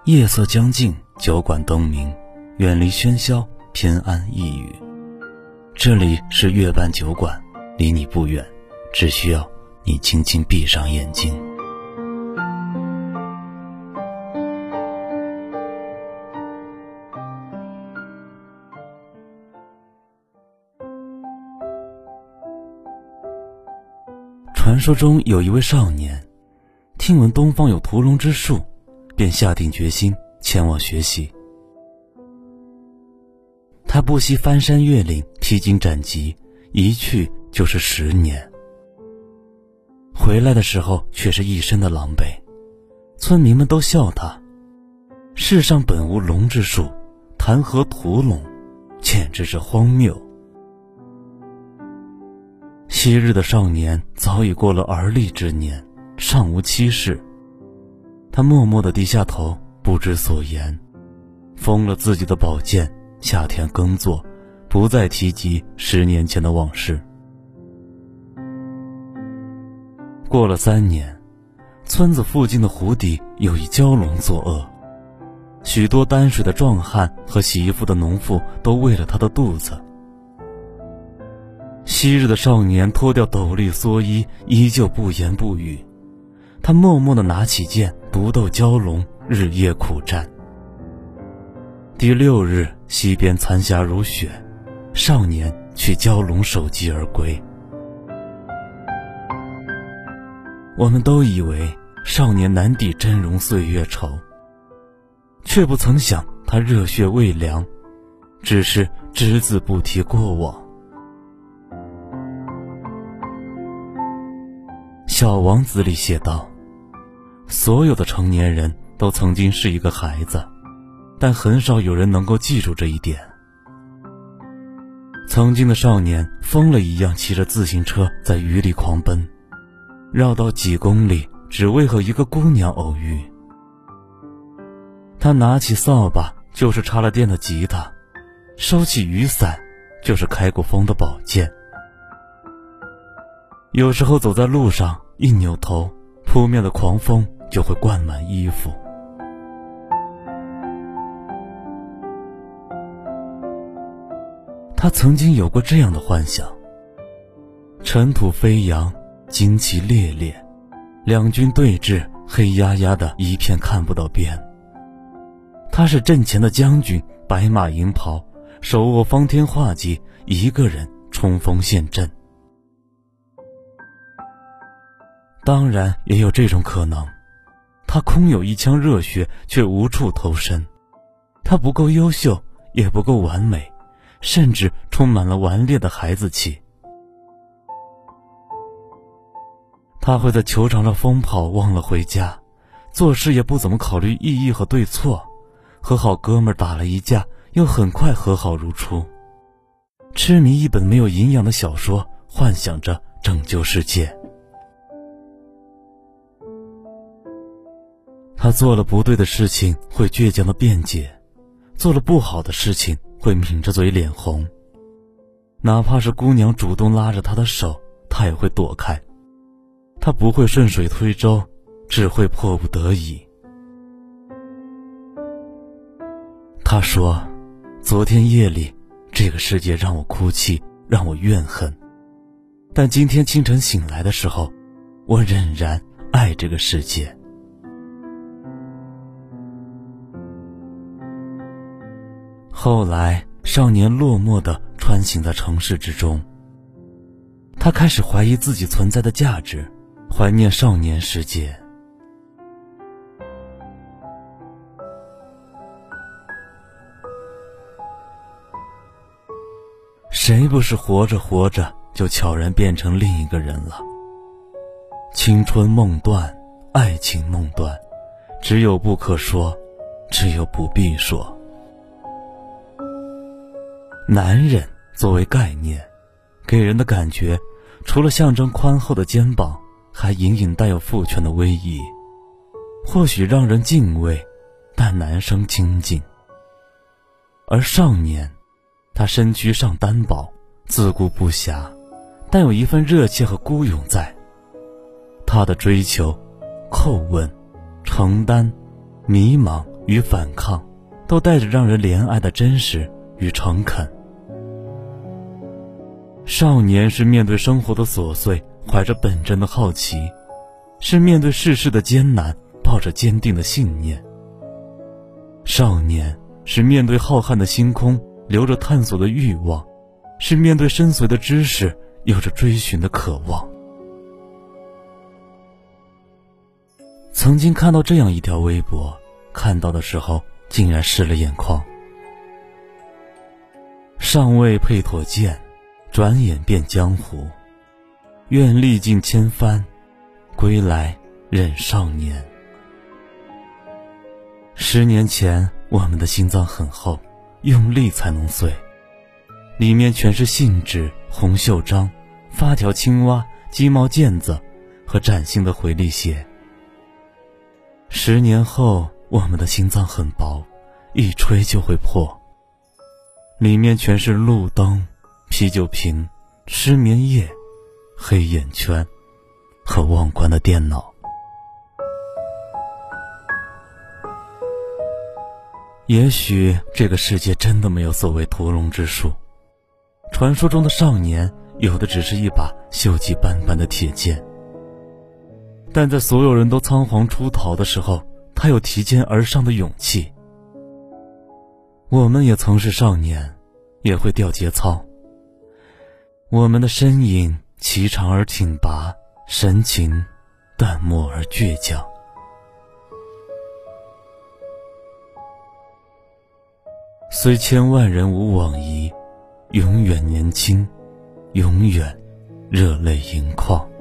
夜色将尽，酒馆灯明，远离喧嚣，偏安一隅。这里是月半酒馆，离你不远，只需要你轻轻闭上眼睛。传说中有一位少年，听闻东方有屠龙之术，便下定决心前往学习。他不惜翻山越岭，披荆斩棘，一去就是10年。回来的时候却是一身的狼狈，村民们都笑他：世上本无龙之术，谈何屠龙，简直是荒谬。昔日的少年早已过了而立之年，尚无妻室。他默默地低下头，不知所言，封了自己的宝剑，下田耕作，不再提及10年前的往事。过了3年，村子附近的湖底有一蛟龙作恶，许多担水的壮汉和洗衣服的农妇都喂了他的肚子。昔日的少年脱掉斗笠蓑衣，依旧不言不语。他默默地拿起剑，独斗蛟龙，日夜苦战。第6日，西边残霞如雪，少年去蛟龙首级而归。我们都以为少年难抵峥嵘岁月愁，却不曾想他热血未凉，只是只字不提过往。小王子里写道，所有的成年人都曾经是一个孩子，但很少有人能够记住这一点。曾经的少年疯了一样骑着自行车在雨里狂奔，绕到几公里，只为和一个姑娘偶遇。他拿起扫把就是插了电的吉他，收起雨伞就是开过风的宝剑。有时候走在路上，一扭头，扑面的狂风就会灌满衣服。他曾经有过这样的幻想：尘土飞扬，旌旗猎猎，两军对峙，黑压压的一片看不到边。他是阵前的将军，白马银袍，手握方天画戟，一个人冲锋陷阵。当然也有这种可能，他空有一腔热血，却无处投身。他不够优秀，也不够完美，甚至充满了顽劣的孩子气。他会在球场上疯跑，忘了回家，做事也不怎么考虑意义和对错，和好哥们打了一架，又很快和好如初，痴迷一本没有营养的小说，幻想着拯救世界。他做了不对的事情会倔强的辩解，做了不好的事情会抿着嘴脸红，哪怕是姑娘主动拉着他的手，他也会躲开。他不会顺水推舟，只会迫不得已。他说，昨天夜里这个世界让我哭泣，让我怨恨，但今天清晨醒来的时候，我仍然爱这个世界。后来，少年落寞地穿行在城市之中，他开始怀疑自己存在的价值，怀念少年时节。谁不是活着活着就悄然变成另一个人了？青春梦断，爱情梦断，只有不可说，只有不必说。男人作为概念，给人的感觉除了象征宽厚的肩膀，还隐隐带有父权的威仪，或许让人敬畏，但难生亲近。而少年，他身躯上单薄，自顾不暇，但有一份热切和孤勇在。他的追求、叩问、承担、迷茫与反抗，都带着让人怜爱的真实与诚恳。少年是面对生活的琐碎，怀着本真的好奇，是面对世事的艰难，抱着坚定的信念。少年是面对浩瀚的星空，留着探索的欲望，是面对深邃的知识，有着追寻的渴望。曾经看到这样一条微博，看到的时候竟然湿了眼眶。尚未配妥剑，转眼变江湖，愿历尽千帆，归来仍少年。10年前，我们的心脏很厚，用力才能碎，里面全是信纸、红袖章、发条青蛙、鸡毛毽子和崭新的回力鞋。10年后，我们的心脏很薄，一吹就会破，里面全是路灯、啤酒瓶、失眠夜、黑眼圈和忘关的电脑。也许这个世界真的没有所谓屠龙之术，传说中的少年有的只是一把锈迹斑斑的铁剑，但在所有人都仓皇出逃的时候，他有提剑而上的勇气。我们也曾是少年，也会掉节操，我们的身影颀长而挺拔，神情淡漠而倔强。虽千万人无往矣，永远年轻，永远热泪盈眶。